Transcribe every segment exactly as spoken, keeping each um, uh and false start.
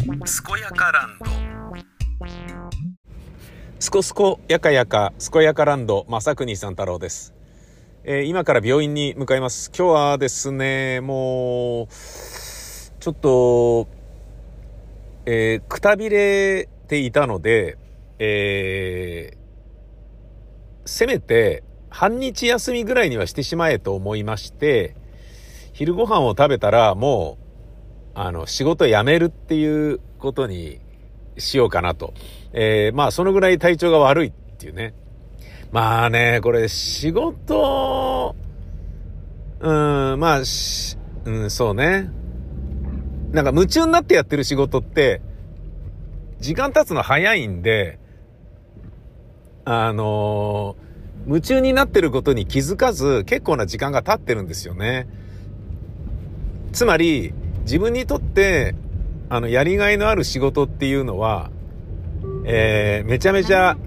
健やかランド。すこすこやかやか健やかランド、正国さん太郎です。えー、今から病院に向かいます。今日はですね、もうちょっと、えー、くたびれていたので、えー、せめて半日休みぐらいにはしてしまえと思いまして、昼ご飯を食べたらもうあの仕事辞めるっていうことにしようかなと。えー、まあそのぐらい体調が悪いっていうね。まあね、これ仕事、うん、まあ、うん、そうね。なんか夢中になってやってる仕事って、時間経つの早いんで、あのー、夢中になってることに気づかず、結構な時間が経ってるんですよね。つまり、自分にとって、あの、やりがいのある仕事っていうのは、えー、めちゃめちゃ、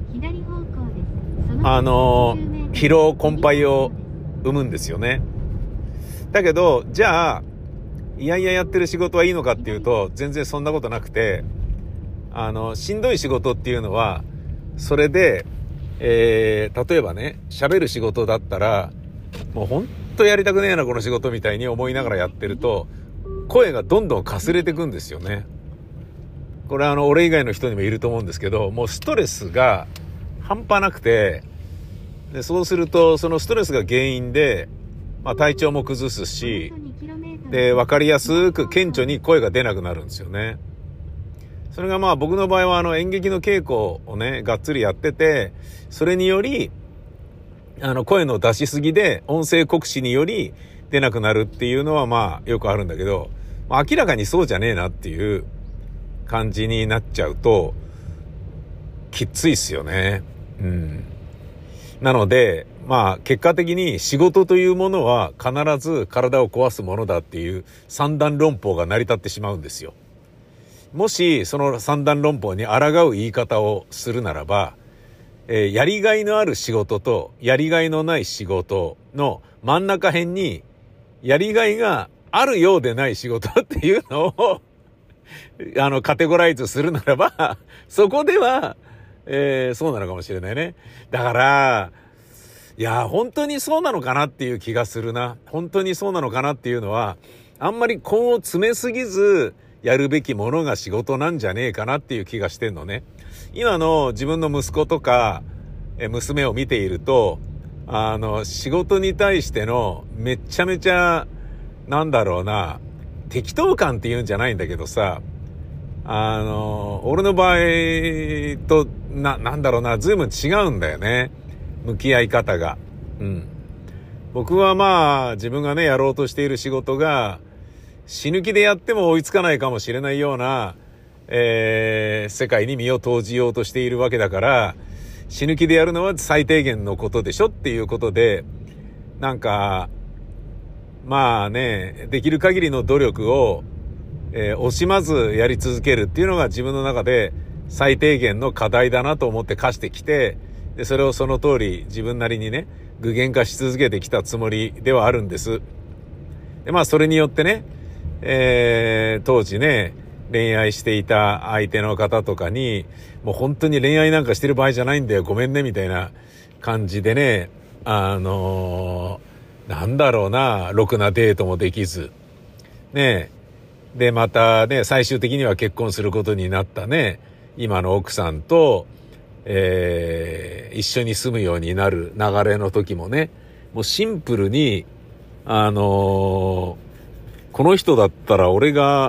あのー、疲労困憊を生むんですよね。だけど、じゃあ、いやいややってる仕事はいいのかっていうと、全然そんなことなくて、あの、しんどい仕事っていうのは、それで、えー、例えばね、喋る仕事だったら、もうほんとやりたくねえな、この仕事みたいに思いながらやってると、声がどんどんかすれてくんですよね。これはあの、俺以外の人にもいると思うんですけど、もうストレスが半端なくて、でそうすると、そのストレスが原因で、まあ体調も崩すし、で、わかりやすく顕著に声が出なくなるんですよね。それがまあ僕の場合はあの演劇の稽古をね、がっつりやってて、それにより、あの声の出しすぎで音声酷使により出なくなるっていうのはまあよくあるんだけど、まあ、明らかにそうじゃねえなっていう感じになっちゃうと、きついっすよね。うん。なので、まあ結果的に仕事というものは必ず体を壊すものだっていう三段論法が成り立ってしまうんですよ。もしその三段論法に抗う言い方をするならば、えー、やりがいのある仕事とやりがいのない仕事の真ん中辺にやりがいがあるようでない仕事っていうのをあのカテゴライズするならば、そこでは、えー、そうなのかもしれないね。だからいや本当にそうなのかなっていう気がするな。本当にそうなのかなっていうのは、あんまり根を詰めすぎずやるべきものが仕事なんじゃねえかなっていう気がしてんのね。今の自分の息子とか娘を見ていると、あの仕事に対してのめっちゃめちゃなんだろうな、適当感って言うんじゃないんだけどさ、あの俺の場合とな、なんだろうな、随分違うんだよね、向き合い方が。うん。僕はまあ自分がねやろうとしている仕事が死ぬ気でやっても追いつかないかもしれないような、えー、世界に身を投じようとしているわけだから、死ぬ気でやるのは最低限のことでしょっていうことで、なんかまあね、できる限りの努力を、えー、惜しまずやり続けるっていうのが自分の中で最低限の課題だなと思って課してきて、でそれをその通り自分なりにね具現化し続けてきたつもりではあるんです。でまあそれによってね、えー、当時ね恋愛していた相手の方とかに、もう本当に恋愛なんかしてる場合じゃないんだよ、ごめんねみたいな感じでね、あのー、なんだろうな、ろくなデートもできずね、でまたね最終的には結婚することになったね今の奥さんと、えー、一緒に住むようになる流れの時もね、もうシンプルにあのー、この人だったら俺が、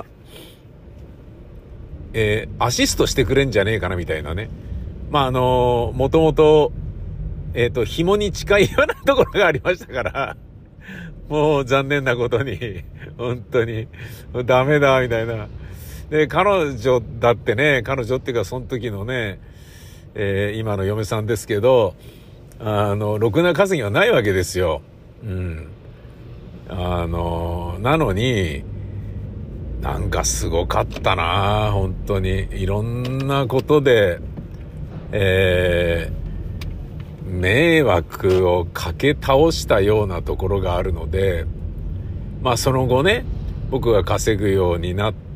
えー、アシストしてくれんじゃねえかなみたいなね。まああのー、もともとえっと紐に近いようなところがありましたから、もう残念なことに本当にダメだみたいな。で彼女だってね、彼女っていうかその時のね、えー、今の嫁さんですけど、あのろくな稼ぎはないわけですよ。うん。あのなのになんかすごかったな、本当にいろんなことで、えー、迷惑をかけ倒したようなところがあるので、まあその後ね僕が稼ぐようになっ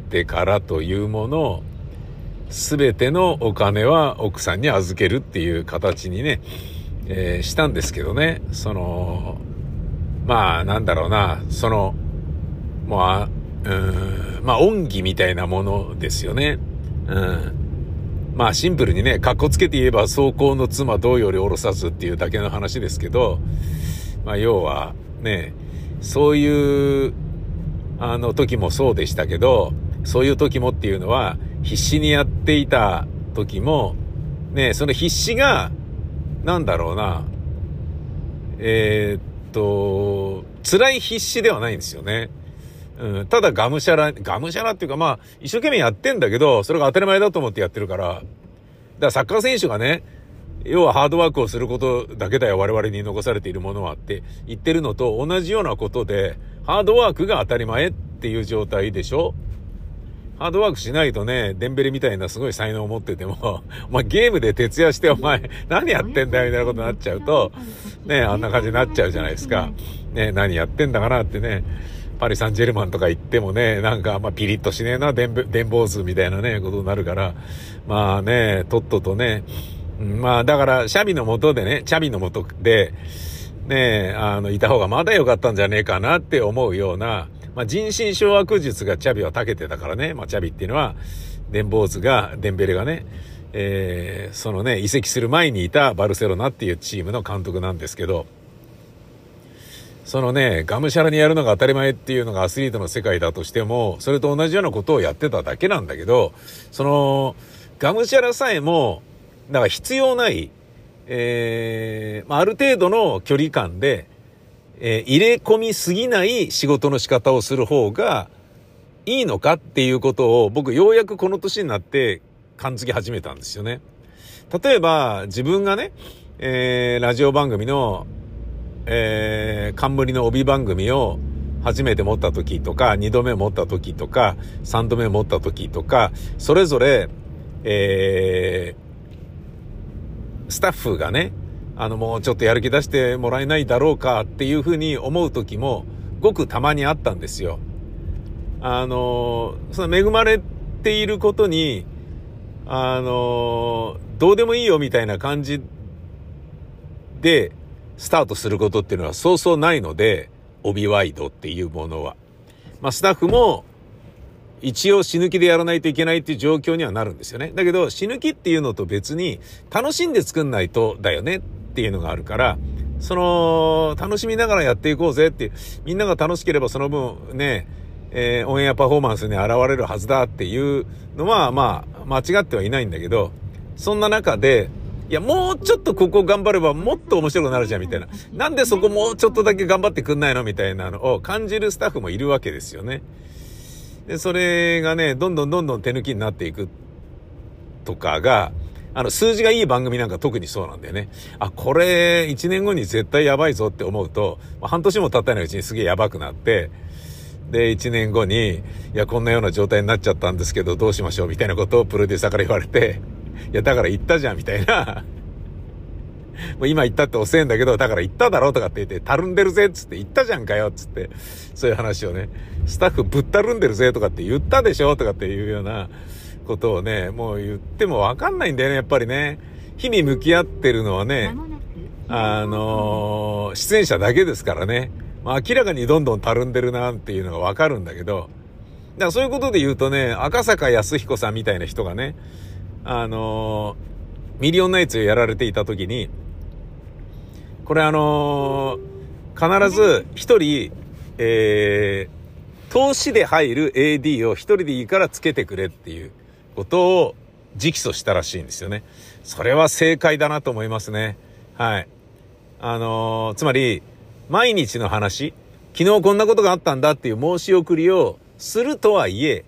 ってからというもの、すべてのお金は奥さんに預けるっていう形にね、えー、したんですけどね。その、まあなんだろうな、その、まあ、うーん、まあ恩義みたいなものですよね。うん。まあシンプルにね、格好つけて言えば走行の妻同より下ろさずっていうだけの話ですけど、まあ要はね、そういうあの時もそうでしたけど、そういう時もっていうのは必死にやっていた時もね、その必死がなんだろうな、えー、っと辛い必死ではないんですよね。うん、ただがむしゃら、がむしゃらっていうか、まあ、一生懸命やってんだけど、それが当たり前だと思ってやってるから、だからサッカー選手がね、要はハードワークをすることだけだよ、我々に残されているものはって言ってるのと同じようなことで、ハードワークが当たり前っていう状態でしょ。ハードワークしないとね、デンベレみたいなすごい才能を持ってても、お前ゲームで徹夜してお前何やってんだよみたいなことになっちゃうと、ね、あんな感じになっちゃうじゃないですか。ね、何やってんだかなってね。パリ・サンジェルマンとか行ってもね、なんか、まあ、ピリッとしねえな、電棒図みたいなね、ことになるから、まあね、とっととね、うん、まあ、だから、シャビの元でね、チャビの元で、ね、あの、いた方がまだ良かったんじゃねえかなって思うような、まあ、人心掌握術がチャビは長けてたからね、まあ、チャビっていうのは、電棒図が、デンベレがね、えー、そのね、移籍する前にいたバルセロナっていうチームの監督なんですけど、そのね、がむしゃらにやるのが当たり前っていうのがアスリートの世界だとしても、それと同じようなことをやってただけなんだけど、その、がむしゃらさえも、だから必要ない、えー、ある程度の距離感で、えー、入れ込みすぎない仕事の仕方をする方がいいのかっていうことを僕ようやくこの年になって感づき始めたんですよね。例えば自分がね、えー、ラジオ番組のえー、冠の帯番組を初めて持った時とか、二度目持った時とか、三度目持った時とか、それぞれ、えー、スタッフがね、あの、もうちょっとやる気出してもらえないだろうかっていうふうに思う時も、ごくたまにあったんですよ。あの、その恵まれていることに、あの、どうでもいいよみたいな感じで、スタートすることっていうのはそうそうないので、帯ワイドっていうものは。まあスタッフも一応死ぬ気でやらないといけないっていう状況にはなるんですよね。だけど死ぬ気っていうのと別に楽しんで作んないとだよねっていうのがあるから、その楽しみながらやっていこうぜっていう、みんなが楽しければその分ね、えー、オンエアパフォーマンスに現れるはずだっていうのはまあ間違ってはいないんだけど、そんな中でいや、もうちょっとここ頑張ればもっと面白くなるじゃんみたいな。なんでそこもうちょっとだけ頑張ってくんないのみたいなのを感じるスタッフもいるわけですよね。で、それがね、どんどんどんどん手抜きになっていくとかが、あの、数字がいい番組なんか特にそうなんだよね。あ、これいちねんごに絶対やばいぞって思うと、半年も経ったないうちにすげえやばくなって、で、いちねんごに、いや、こんなような状態になっちゃったんですけど、どうしましょうみたいなことをプロデューサーから言われて、いや、だから言ったじゃん、みたいな。もう今言ったって遅えんだけど、だから言っただろとかって言って、たるんでるぜっつって言ったじゃんかよっつって、そういう話をね、スタッフぶったるんでるぜとかって言ったでしょとかっていうようなことをね、もう言ってもわかんないんだよね、やっぱりね。日々向き合ってるのはね、あのー、出演者だけですからね。まあ、明らかにどんどんたるんでるなっていうのがわかるんだけど、だからそういうことで言うとね、赤坂康彦さんみたいな人がね、あのー、ミリオンナイツをやられていた時に、これあのー、必ず一人、えー、投資で入る エーディー を一人でいいからつけてくれっていうことを直訴したらしいんですよね。それは正解だなと思いますね。はい。あのー、つまり、毎日の話、昨日こんなことがあったんだっていう申し送りをするとはいえ、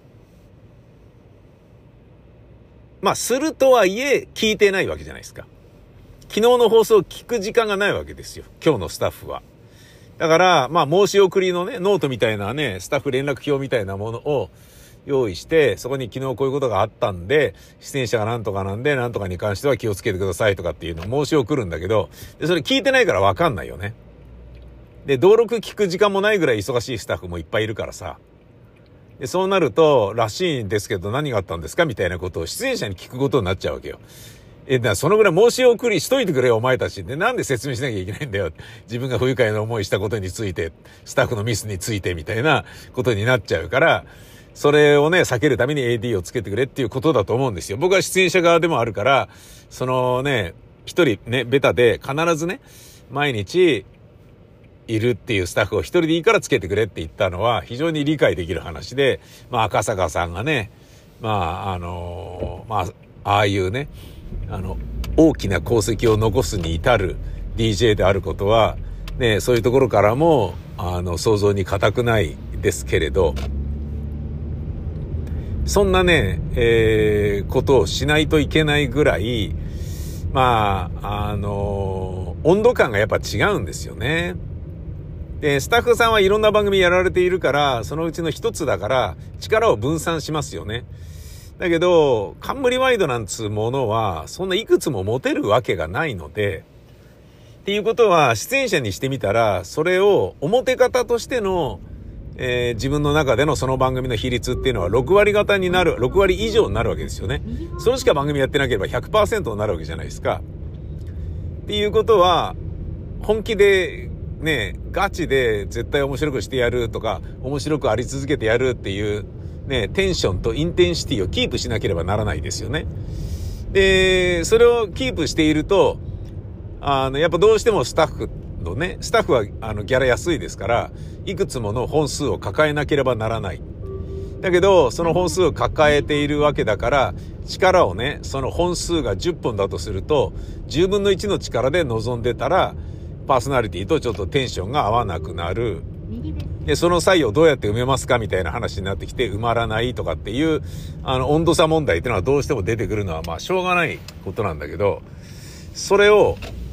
まあ、するとはいえ、聞いてないわけじゃないですか。昨日の放送を聞く時間がないわけですよ。今日のスタッフは。だから、まあ、申し送りのね、ノートみたいなね、スタッフ連絡表みたいなものを用意して、そこに昨日こういうことがあったんで、出演者がなんとかなんで、なんとかに関しては気をつけてくださいとかっていうのを申し送るんだけど、でそれ聞いてないからわかんないよね。で、登録聞く時間もないぐらい忙しいスタッフもいっぱいいるからさ。 でそうなると、らしいんですけど何があったんですかみたいなことを出演者に聞くことになっちゃうわけよ。え、だからそのぐらい申し送りしといてくれよ、お前たち。で、なんで説明しなきゃいけないんだよ。自分が不愉快な思いしたことについて、スタッフのミスについてみたいなことになっちゃうから、それをね、避けるために エーディー をつけてくれっていうことだと思うんですよ。僕は出演者側でもあるから、そのね、一人ね、ベタで必ずね、毎日いるっていうスタッフを一人でいいからつけてくれって言ったのは非常に理解できる話で、まあ赤坂さんがね、まああの、まあ、ああいうね、あの、大きな功績を残すに至る ディージェー であることは、ね、そういうところからも、あの、想像に難くないですけれど、そんなね、えー、ことをしないといけないぐらい、まあ、あの、温度感がやっぱ違うんですよね。で、スタッフさんはいろんな番組やられているから、そのうちの一つだから、力を分散しますよね。だけど、冠ワイドなんつうものは、そんないくつも持てるわけがないので、っていうことは、出演者にしてみたら、それを表方としての、えー、自分の中でのその番組の比率っていうのはろくわり型になる、ろくわり以上になるわけですよね。それしか番組やってなければ ひゃくパーセント になるわけじゃないですか。っていうことは、本気でね、ガチで絶対面白くしてやるとか、面白くあり続けてやるっていうね、テンションとインテンシティをキープしなければならないですよね。で、それをキープしていると、あの、やっぱどうしてもスタッフのね、スタッフはあのギャラ安いですから、いくつもの本数を抱えなければならない。だけど、その本数を抱えているわけだから、力をね、その本数がじゅっぽんだとすると、じゅうぶんのいちの力で臨んでたら、パーソナリティとちょっとテンションが合わなくなる。で、その際をどうやって埋めますかみたいな話になってきて、埋まらないとかっていう、あの、温度差問題っていうのはどうしても出てくるのは、まあ、しょうがないことなんだけど、それを、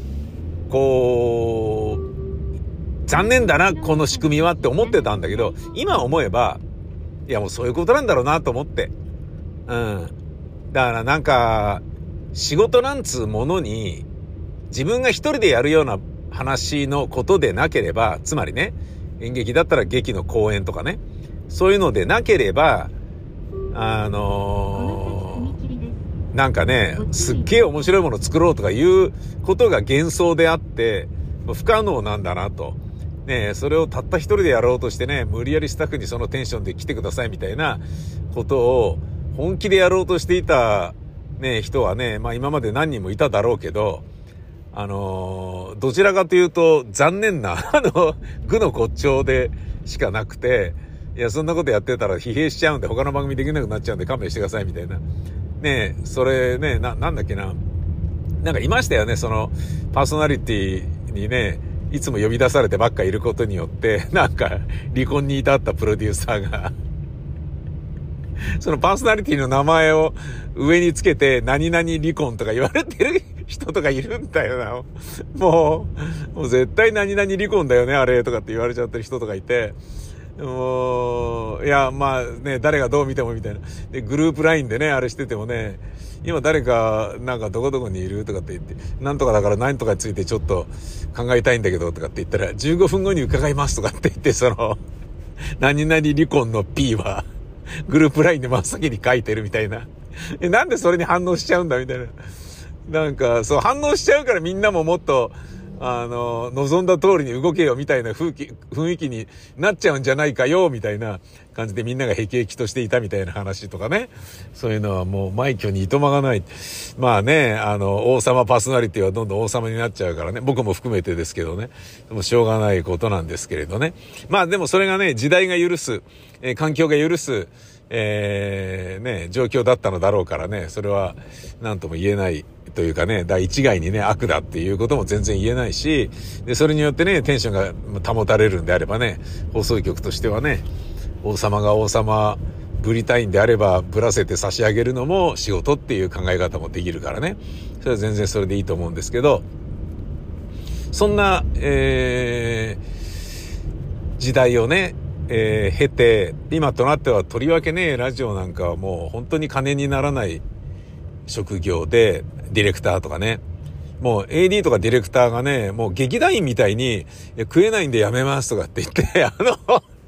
こう、残念だな、この仕組みはって思ってたんだけど、今思えば、いやもうそういうことなんだろうなと思って。うん。だからなんか、仕事なんつうものに、自分が一人でやるような話のことでなければ、つまりね、演劇だったら劇の公演とかね、そういうのでなければ、あのー、なんかね、すっげえ面白いものを作ろうとかいうことが幻想であって、不可能なんだなと。ねえ、それをたった一人でやろうとしてね、無理やりスタッフにそのテンションで来てくださいみたいなことを本気でやろうとしていたね、人はね、まあ今まで何人もいただろうけど、あのー、どちらかというと残念な、あの、愚の骨頂でしかなくて、いや、そんなことやってたら疲弊しちゃうんで他の番組できなくなっちゃうんで勘弁してくださいみたいな。ねえ、それね、な、なんだっけな。なんかいましたよね、その、パーソナリティにね、いつも呼び出されてばっかいることによって、なんか、離婚に至ったプロデューサーが、そのパーソナリティの名前を上につけて、何々離婚とか言われてる人とかいるんだよな。もう、もう絶対何々離婚だよね、あれ、とかって言われちゃってる人とかいて、もう、いや、まあね、誰がどう見てもみたいな。で、グループラインでね、あれしててもね、今誰か、なんかどこどこにいるとかって言って、なんとかだから何とかについてちょっと考えたいんだけどとかって言ったら、じゅうごふんごに伺いますとかって言って、その、何々離婚の P は、グループラインで真っ先に書いてるみたいな。え、なんでそれに反応しちゃうんだみたいな。なんか、そう、反応しちゃうからみんなももっと、あの、望んだ通りに動けよみたいな雰囲気、雰囲気になっちゃうんじゃないかよみたいな感じでみんなが辟易としていたみたいな話とかね。そういうのはもう枚挙にいとまがない。まあね、あの、王様パーソナリティはどんどん王様になっちゃうからね。僕も含めてですけどね。でもしょうがないことなんですけれどね。まあでもそれがね、時代が許す、えー、環境が許す、えー、ね、状況だったのだろうからね。それは何とも言えない。というかね、第一概にね、悪だっていうことも全然言えないし、で、それによってね、テンションが保たれるんであればね、放送局としてはね、王様が王様ぶりたいんであれば、ぶらせて差し上げるのも仕事っていう考え方もできるからね、それは全然それでいいと思うんですけど、そんな、えー、時代をね、えー、経て、今となってはとりわけね、ラジオなんかはもう本当に金にならない職業で、ディレクターとかね。もう エーディー とかディレクターがね、もう劇団員みたいに、いや食えないんでやめますとかって言って、あの、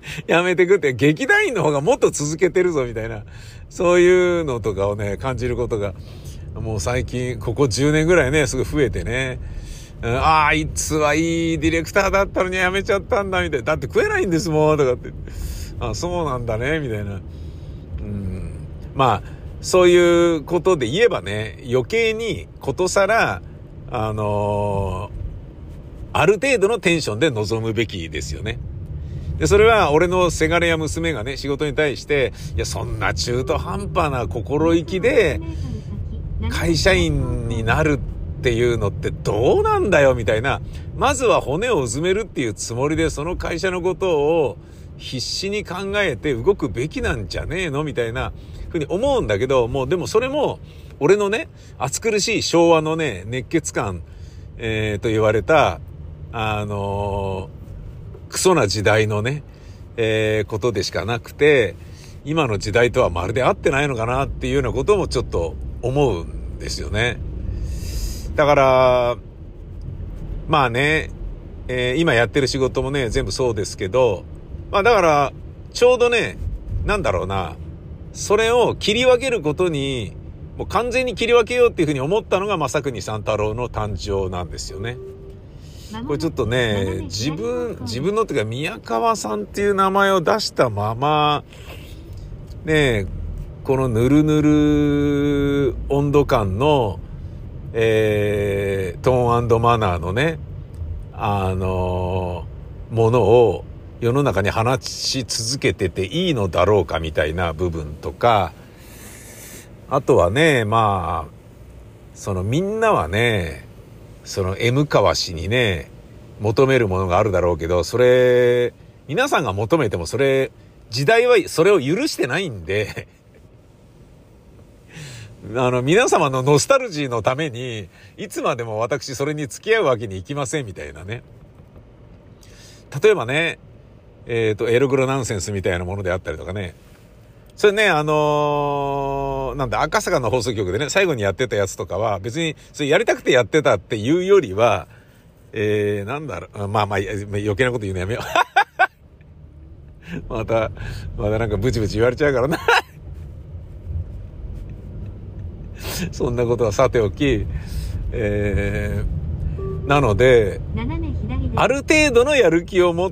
やめてくって、劇団員の方がもっと続けてるぞみたいな、そういうのとかをね、感じることが、もう最近、ここじゅうねんぐらいね、すぐ増えてね、うん、ああ、あいつはいいディレクターだったのにやめちゃったんだ、みたいな。だって食えないんですもん、とかって。あ、そうなんだね、みたいな。うん、まあ、そういうことで言えばね、余計にことさら、あのー、ある程度のテンションで臨むべきですよね。で、それは俺のせがれや娘がね、仕事に対して、いや、そんな中途半端な心意気で、会社員になるっていうのってどうなんだよ、みたいな。まずは骨をうずめるっていうつもりで、その会社のことを必死に考えて動くべきなんじゃねえのみたいなふうに思うんだけど、もうでもそれも、俺のね、暑苦しい昭和のね、熱血感、えー、と言われた、あのー、クソな時代のね、えー、ことでしかなくて、今の時代とはまるで合ってないのかなっていうようなこともちょっと思うんですよね。だから、まあね、えー、今やってる仕事もね、全部そうですけど、まあだから、ちょうどね、なんだろうな、それを切り分けることに、もう完全に切り分けようっていうふうに思ったのが正国三太郎の誕生なんですよね。これちょっとね、自分、自分のっていうか宮川さんっていう名前を出したまま、ね、このぬるぬる温度感の、えー、トーン&マナーのね、あのー、ものを世の中に放し続けてていいのだろうかみたいな部分とか、あとはね、まあ、そのみんなはね、その M 川氏にね、求めるものがあるだろうけど、それ、皆さんが求めてもそれ、時代はそれを許してないんで、あの、皆様のノスタルジーのために、いつまでも私それに付き合うわけにいきませんみたいなね。例えばね、えっと、エログロナンセンスみたいなものであったりとかね。それね、あのー、なんだ、赤坂の放送局でね、最後にやってたやつとかは、別に、それやりたくてやってたっていうよりは、えー、なんだろう、まあまあ、余計なこと言うのやめよう。また、またなんかブチブチ言われちゃうからな。そんなことはさておき、えー、なので、ある程度のやる気を持って、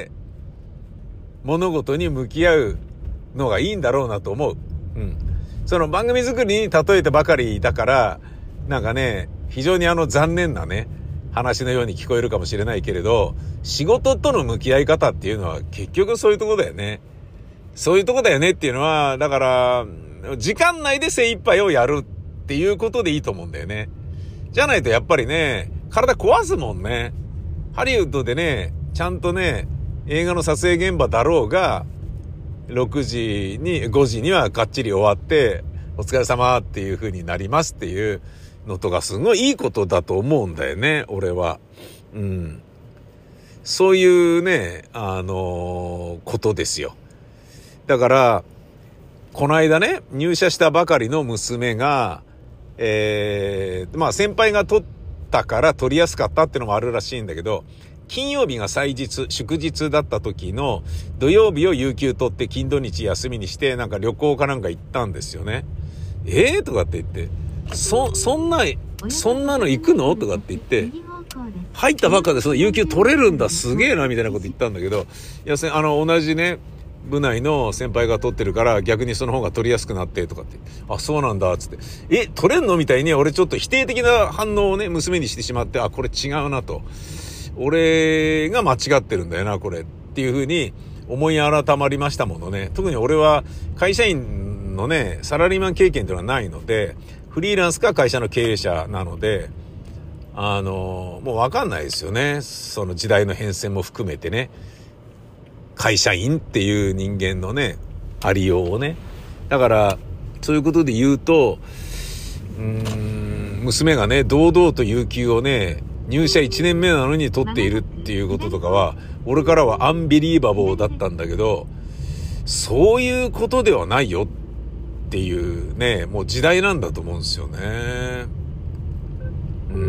物事に向き合うのがいいんだろうなと思う。うん。その番組作りに例えてばかりだから、なんかね、非常にあの残念なね、話のように聞こえるかもしれないけれど、仕事との向き合い方っていうのは結局そういうとこだよね。そういうとこだよねっていうのは、だから、時間内で精一杯をやるっていうことでいいと思うんだよね。じゃないとやっぱりね、体壊すもんね。ハリウッドでね、ちゃんとね、映画の撮影現場だろうが、ろくじに、ごじにはがっちり終わって、お疲れ様っていう風になりますっていうのとかすごいいいことだと思うんだよね、俺は。うん。そういうね、あのー、ことですよ。だから、この間ね、入社したばかりの娘が、えー、まあ先輩が取ったから取りやすかったってのもあるらしいんだけど、金曜日が祭日、祝日だった時の土曜日を有給取って金土日休みにしてなんか旅行かなんか行ったんですよね。えーとかって言って、そ、そんな、そんなの行くのとかって言って、入ったばっかでその有給取れるんだ、すげえなみたいなこと言ったんだけど、いや、あの、同じね、部内の先輩が取ってるから逆にその方が取りやすくなってとかって、あ、そうなんだつって、え、取れんのみたいに俺ちょっと否定的な反応をね、娘にしてしまって、あ、これ違うなと。俺が間違ってるんだよな、これ。っていうふうに思い改まりましたものね。特に俺は会社員のね、サラリーマン経験というのはないので、フリーランスか会社の経営者なので、あの、もうわかんないですよね。その時代の変遷も含めてね。会社員っていう人間のね、ありようをね。だから、そういうことで言うと、うーん、娘がね、堂々と有給をね、入社いちねんめなのに取っているっていうこととかは、俺からはアンビリーバボーだったんだけど、そういうことではないよっていうね、もう時代なんだと思うんですよね。うん。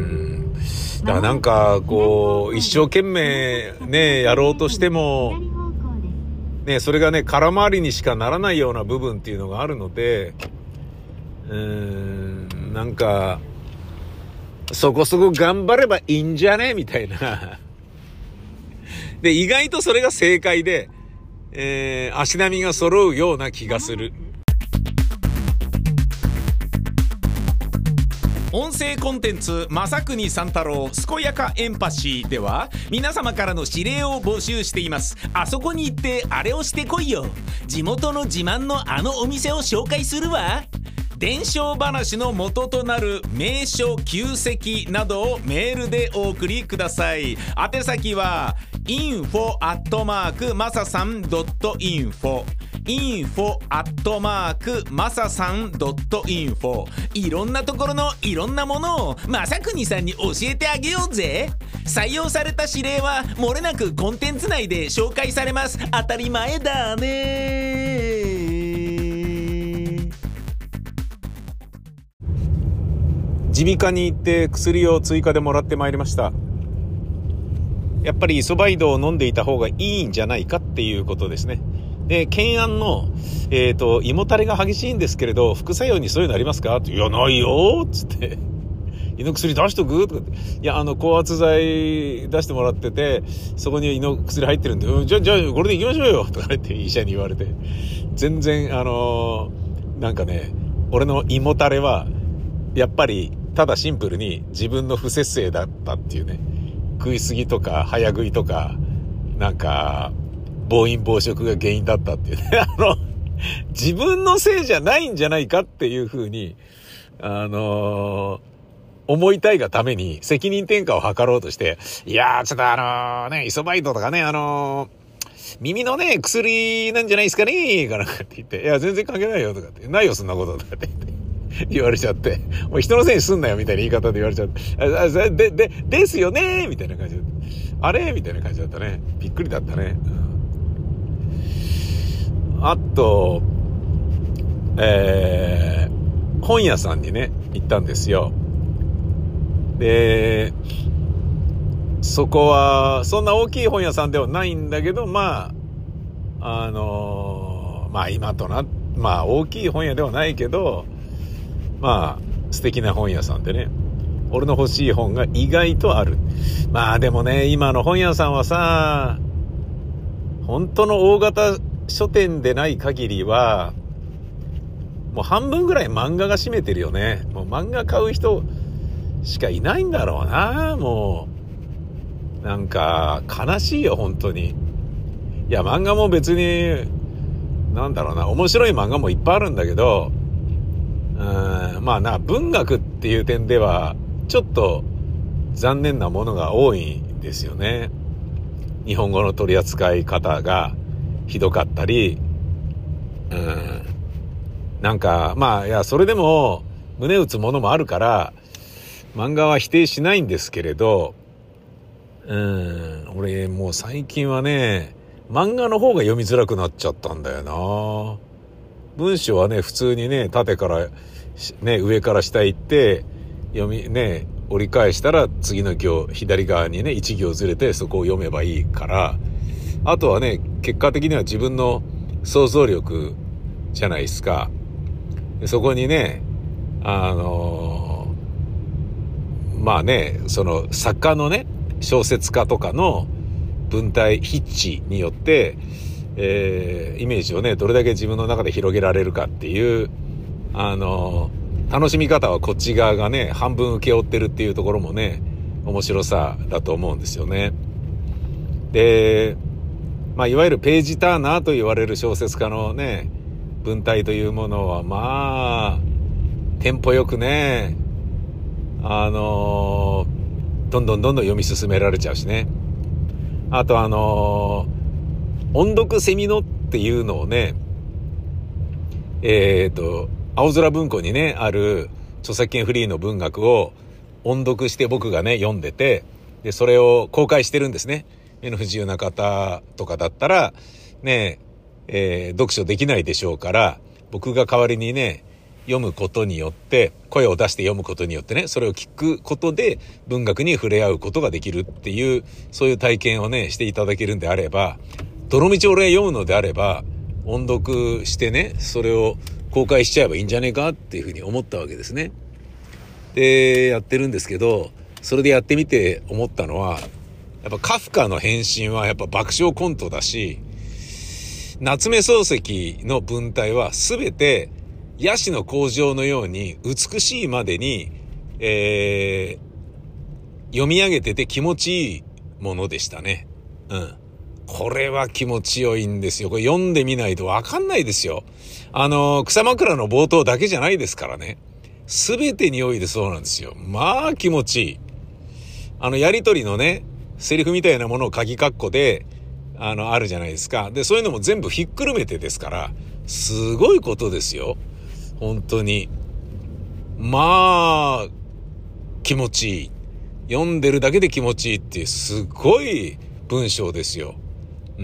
だからなんか、こう、一生懸命ね、やろうとしても、 ね、それがね、空回りにしかならないような部分っていうのがあるので、うーん、なんか、そこそこ頑張ればいいんじゃねみたいな。で、意外とそれが正解で、えー、足並みが揃うような気がする。 音声コンテンツ正国三太郎健やかエンパシーでは皆様からの指令を募集しています。あそこに行ってあれをしてこいよ。地元の自慢のあのお店を紹介するわ。伝承話の元となる名所旧跡などをメールでお送りください。宛先は インフォ アットマーク マサさん ドット インフォインフォ アットマーク マサさん ドット インフォ。 いろんなところのいろんなものを正国さんに教えてあげようぜ。採用された指令は漏れなくコンテンツ内で紹介されます。当たり前だね。 耳鼻科に行って薬を追加でもらってまいりました。やっぱりイソバイドを飲んでいた方がいいんじゃないかっていうことですね。で、懸案の、えっと、胃もたれが激しいんですけれど、副作用にそういうのありますかって、いや、ないよーっつって、胃の薬出しとくとかって、いや、あの、高圧剤出してもらってて、そこに胃の薬入ってるんで、うん、じゃあ、じゃあ、これで行きましょうよとかって医者に言われて、全然、あのー、なんかね、俺の胃もたれは、やっぱり、ただシンプルに自分の不節制だったっていうね。食いすぎとか早食いとかなんか暴飲暴食が原因だったっていうね。あの自分のせいじゃないんじゃないかっていう風にあのー、思いたいがために責任転嫁を図ろうとして、いやーちょっとあのー、ねイソバイドとかねあのー、耳のね薬なんじゃないですかねかなんかって言って、いや全然関係ないよとかってないよそんなこととかって言って言われちゃって、もう人のせいにすんなよみたいな言い方で言われちゃって、あででですよねみたいな感じで、あれみたいな感じだったね。びっくりだったね。うん、あと、えー、本屋さんにね行ったんですよ。で、そこはそんな大きい本屋さんではないんだけど、まああのー、まあ今となまあ大きい本屋ではないけど。まあ素敵な本屋さんでね、俺の欲しい本が意外とある。まあでもね、今の本屋さんはさ、本当の大型書店でない限りはもう半分ぐらい漫画が占めてるよね。もう漫画買う人しかいないんだろうな。もうなんか悲しいよ本当に。いや漫画も別になんだろうな、面白い漫画もいっぱいあるんだけど、うーんまあな文学っていう点ではちょっと残念なものが多いんですよね。日本語の取り扱い方がひどかったり、うんなんかまあいやそれでも胸打つものもあるから漫画は否定しないんですけれど、うん俺もう最近はね漫画の方が読みづらくなっちゃったんだよな。文章はね普通にね縦からね上から下行って読みね折り返したら次の行左側にね一行ずれてそこを読めばいいから、あとはね結果的には自分の想像力じゃないですか。そこにねあのー、まあねその作家のね小説家とかの文体筆致によってえー、イメージをねどれだけ自分の中で広げられるかっていうあのー、楽しみ方はこっち側がね半分請け負ってるっていうところもね面白さだと思うんですよね。で、まあいわゆるページターナーと言われる小説家のね文体というものはまあテンポよくねあのー、どんどんどんどん読み進められちゃうしね。あとあのー音読セミノっていうのをね、えっと、青空文庫にね、ある著作権フリーの文学を音読して僕がね、読んでて、で、それを公開してるんですね。目の不自由な方とかだったら、ね、えー、読書できないでしょうから、僕が代わりにね、読むことによって、声を出して読むことによってね、それを聞くことで文学に触れ合うことができるっていう、そういう体験をね、していただけるんであれば、 どの道俺が読むのであれば、音読してね、それを公開しちゃえばいいんじゃねえかっていうふうに思ったわけですね。で、やってるんですけど、それでやってみて思ったのは、やっぱカフカの変身はやっぱ爆笑コントだし、夏目漱石の文体は全てヤシの工場のように美しいまでに、えー、読み上げてて気持ちいいものでしたね。うん。これは気持ちよいんですよ。これ読んでみないとわかんないですよ。あの、草枕の冒頭だけじゃないですからね。すべてにおいてそうなんですよ。まあ気持ちいい。あの、やりとりのね、セリフみたいなものを鍵括弧で、あの、あるじゃないですか。で、そういうのも全部ひっくるめてですから、すごいことですよ。本当に。まあ、気持ちいい。読んでるだけで気持ちいいっていう、すごい文章ですよ。うん。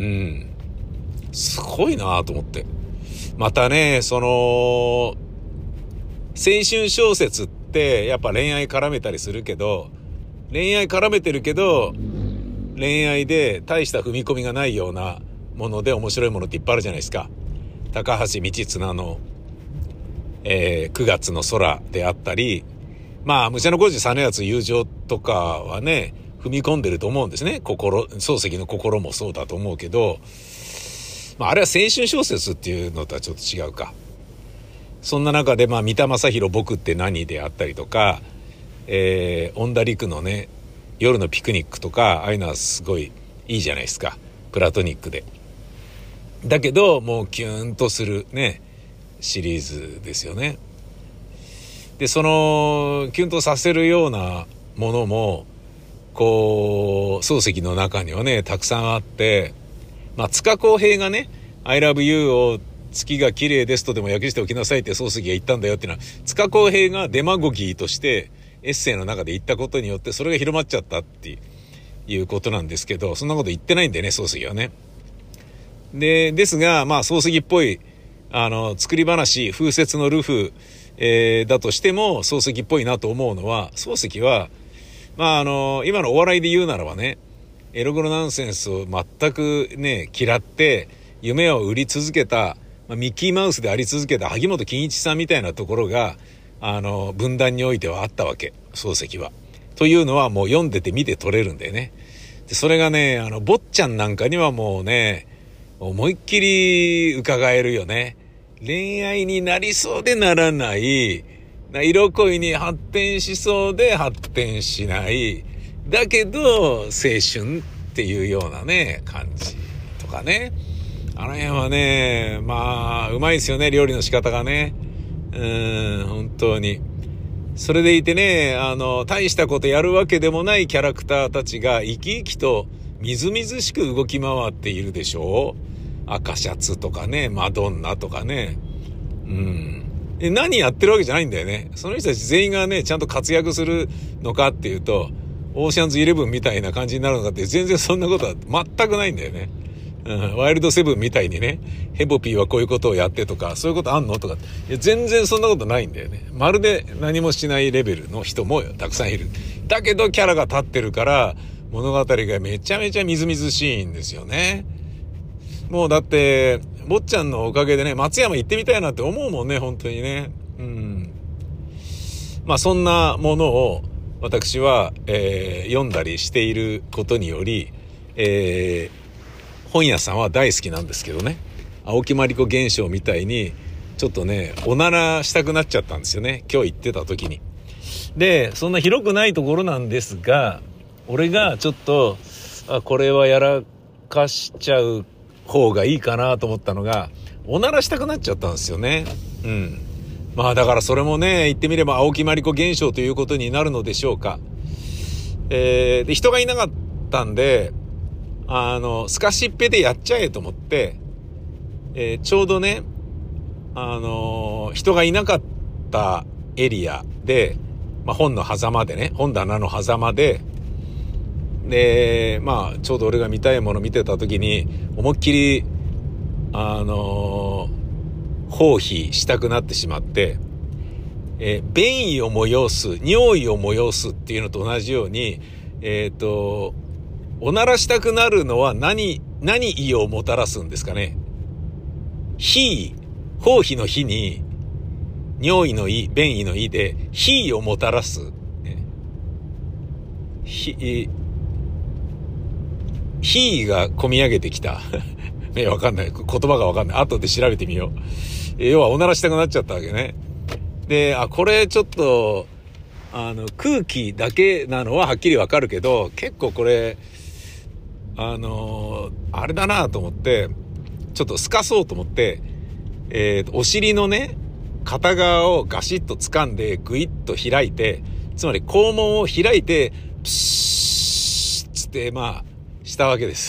すごいなと思って。またね、その、青春小説ってやっぱ恋愛絡めたりするけど、恋愛絡めてるけど、恋愛で大した踏み込みがないようなもので面白いものっていっぱいあるじゃないですか。高橋道綱の、えー、くがつの空であったり、まあ、武者小路実篤友情とかはね、踏み込んでると思うんですね。心、漱石の心もそうだと思うけど、まあ、あれは青春小説っていうのとはちょっと違うか。そんな中で、まあ、三田正宏僕って何であったりとか、えー、恩田陸のね、夜のピクニックとか、ああいうのはすごいいいじゃないですか。プラトニックで。だけど、もうキューンとするね、シリーズですよね。で、その、キュンとさせるようなものも、こう、漱石の中にはね、たくさんあって、まあ、塚公平がね、I love you を月が綺麗ですとでも訳しておきなさいって漱石が言ったんだよっていうのは、塚公平がデマゴギーとしてエッセイの中で言ったことによって、それが広まっちゃったっていうことなんですけど、そんなこと言ってないんでね、漱石はね。で、ですが、まあ、漱石っぽい、あの、作り話、風雪のルフ、えー、だとしても、漱石っぽいなと思うのは、漱石は、まあ、あの、今のお笑いで言うならばね、エログロナンセンスを全くね、嫌って、夢を売り続けた、まあ、ミッキーマウスであり続けた萩本欽一さんみたいなところが、あの、文壇においてはあったわけ、漱石は。というのはもう読んでて見て取れるんだよね。で、それがね、あの、坊ちゃんなんかにはもうね、思いっきり伺えるよね。恋愛になりそうでならない、色恋に発展しそうで発展しない、だけど青春っていうようなね、感じとかね。あの辺はね、まあ、うまいですよね、料理の仕方がね。うーん、本当に。それでいてね、あの、大したことやるわけでもないキャラクターたちが生き生きとみずみずしく動き回っているでしょう。赤シャツとかね、マドンナとかね。うん。で、何やってるわけじゃないんだよね。その人たち全員がね、ちゃんと活躍するのかっていうと、オーシャンズイレブンみたいな感じになるのかって全然そんなことは全くないんだよね。うん、ワイルドセブンみたいにね、ヘボピーはこういうことをやってとか、そういうことあんのとか、いや全然そんなことないんだよね。まるで何もしないレベルの人もたくさんいる。だけどキャラが立ってるから、物語がめちゃめちゃみずみずしいんですよね。もうだって、坊ちゃんのおかげでね、松山行ってみたいなって思うもんね、本当にね。うん。まあそんなものを私は、えー、読んだりしていることにより、えー、本屋さんは大好きなんですけどね。青木まりこ現象みたいに、ちょっとね、おならしたくなっちゃったんですよね。今日行ってた時に。で、そんな広くないところなんですが、俺がちょっと、あ、これはやらかしちゃう方がいいかなと思ったのが、おならしたくなっちゃったんですよね。うん。まあだからそれもね、言ってみれば青木まりこ現象ということになるのでしょうか。えー、で、人がいなかったんで、あの、スカシッペでやっちゃえと思って、えー、ちょうどね、あのー、人がいなかったエリアで、まあ本の狭間でね、本棚の狭間で、で、まあ、ちょうど俺が見たいもの見てた時に、思いっきり、あのー、放棄したくなってしまって、えー、便意を催す、尿意を催すっていうのと同じように、えっと、おならしたくなるのは何何意をもたらすんですかね。非、包皮の非に、尿意の意、便意の意で、非をもたらす。ひ、非が込み上げてきた。ね、わかんない。言葉がわかんない。後で調べてみよう。要はおならしたくなっちゃったわけね。で、あ、これちょっと、あの、空気だけなのははっきりわかるけど、結構これ、あの、あれだなと思って、ちょっと透かそうと思って、えー、お尻のね、片側をガシッと掴んで、ぐいっと開いて、つまり肛門を開いて、プシーッつって、まあ、したわけです。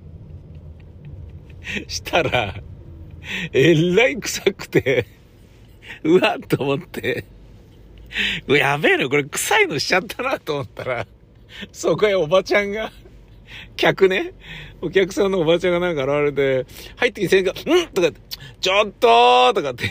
したら、えらい臭くて、うわっと思って、やべえのこれ臭いのしちゃったなと思ったら、そこへおばちゃんが、客ね、お客さんのおばちゃんがなんか現れて、入ってきて、んとか、ちょっとーとかって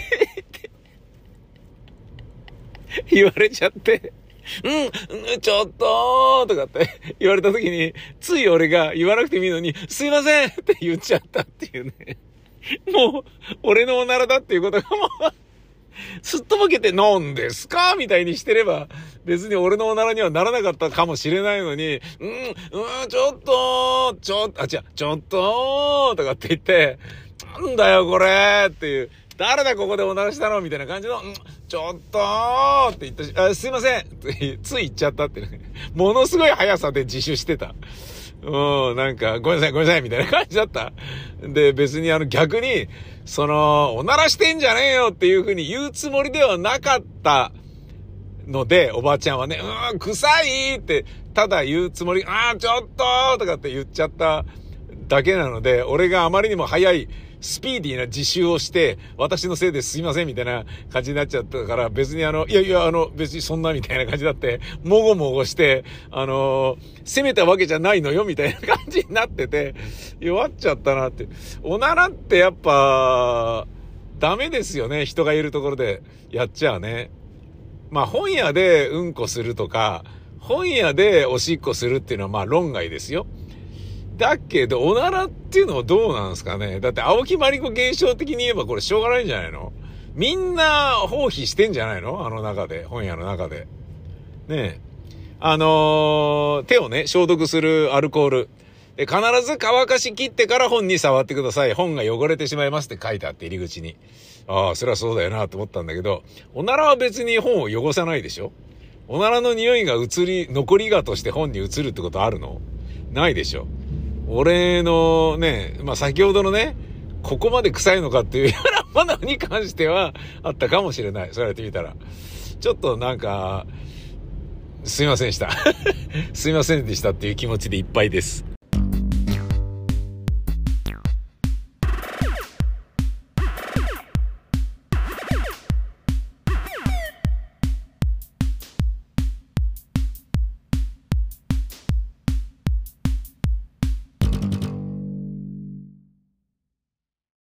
言われちゃって、うん、ちょっとーとかって言われた時に、つい俺が言わなくてもいいのに、すいませんって言っちゃったっていうね。もう、俺のおならだっていうことがもう、すっとぼけて、なんですかみたいにしてれば、別に俺のおならにはならなかったかもしれないのに、うん、うん、ちょっと、ちょっと、あ、違う、ちょっと、とかって言って、なんだよこれっていう、誰だここでおならしたのみたいな感じの、うん、ちょっとって言ったし、あ、すいませんってつい言っちゃったってね。ものすごい速さで自首してた。うん、なんか、ごめんなさい、ごめんなさい、みたいな感じだった。で、別にあの逆に、その、おならしてんじゃねえよっていう風に言うつもりではなかったので、おばあちゃんはね、うん、臭いって、ただ言うつもり、あー、ちょっととかって言っちゃっただけなので、俺があまりにも早い、スピーディーな自首をして、私のせいですいませんみたいな感じになっちゃったから、別にあの、いやいや、あの、別にそんなみたいな感じだって、もごもごして、あのー、責めたわけじゃないのよみたいな感じになってて、弱っちゃったなって。おならってやっぱ、ダメですよね。人がいるところでやっちゃうね。まあ本屋でうんこするとか、本屋でおしっこするっていうのはまあ論外ですよ。だけど、おならっていうのはどうなんですかね。だって、青木まりこ現象的に言えばこれしょうがないんじゃないの？みんな放棄してんじゃないの？あの中で、本屋の中で。ねえ。あのー、手をね、消毒するアルコール。で、必ず乾かし切ってから本に触ってください。本が汚れてしまいますって書いてあって入り口に。ああ、それはそうだよなと思ったんだけど、おならは別に本を汚さないでしょ？おならの匂いが移り、残りがとして本に移るってことあるの？ないでしょ？俺のね、まあ、先ほどのね、ここまで臭いのかっていうようなものに関してはあったかもしれない。そうやってみたら。ちょっとなんか、すいませんでした。すいませんでしたっていう気持ちでいっぱいです。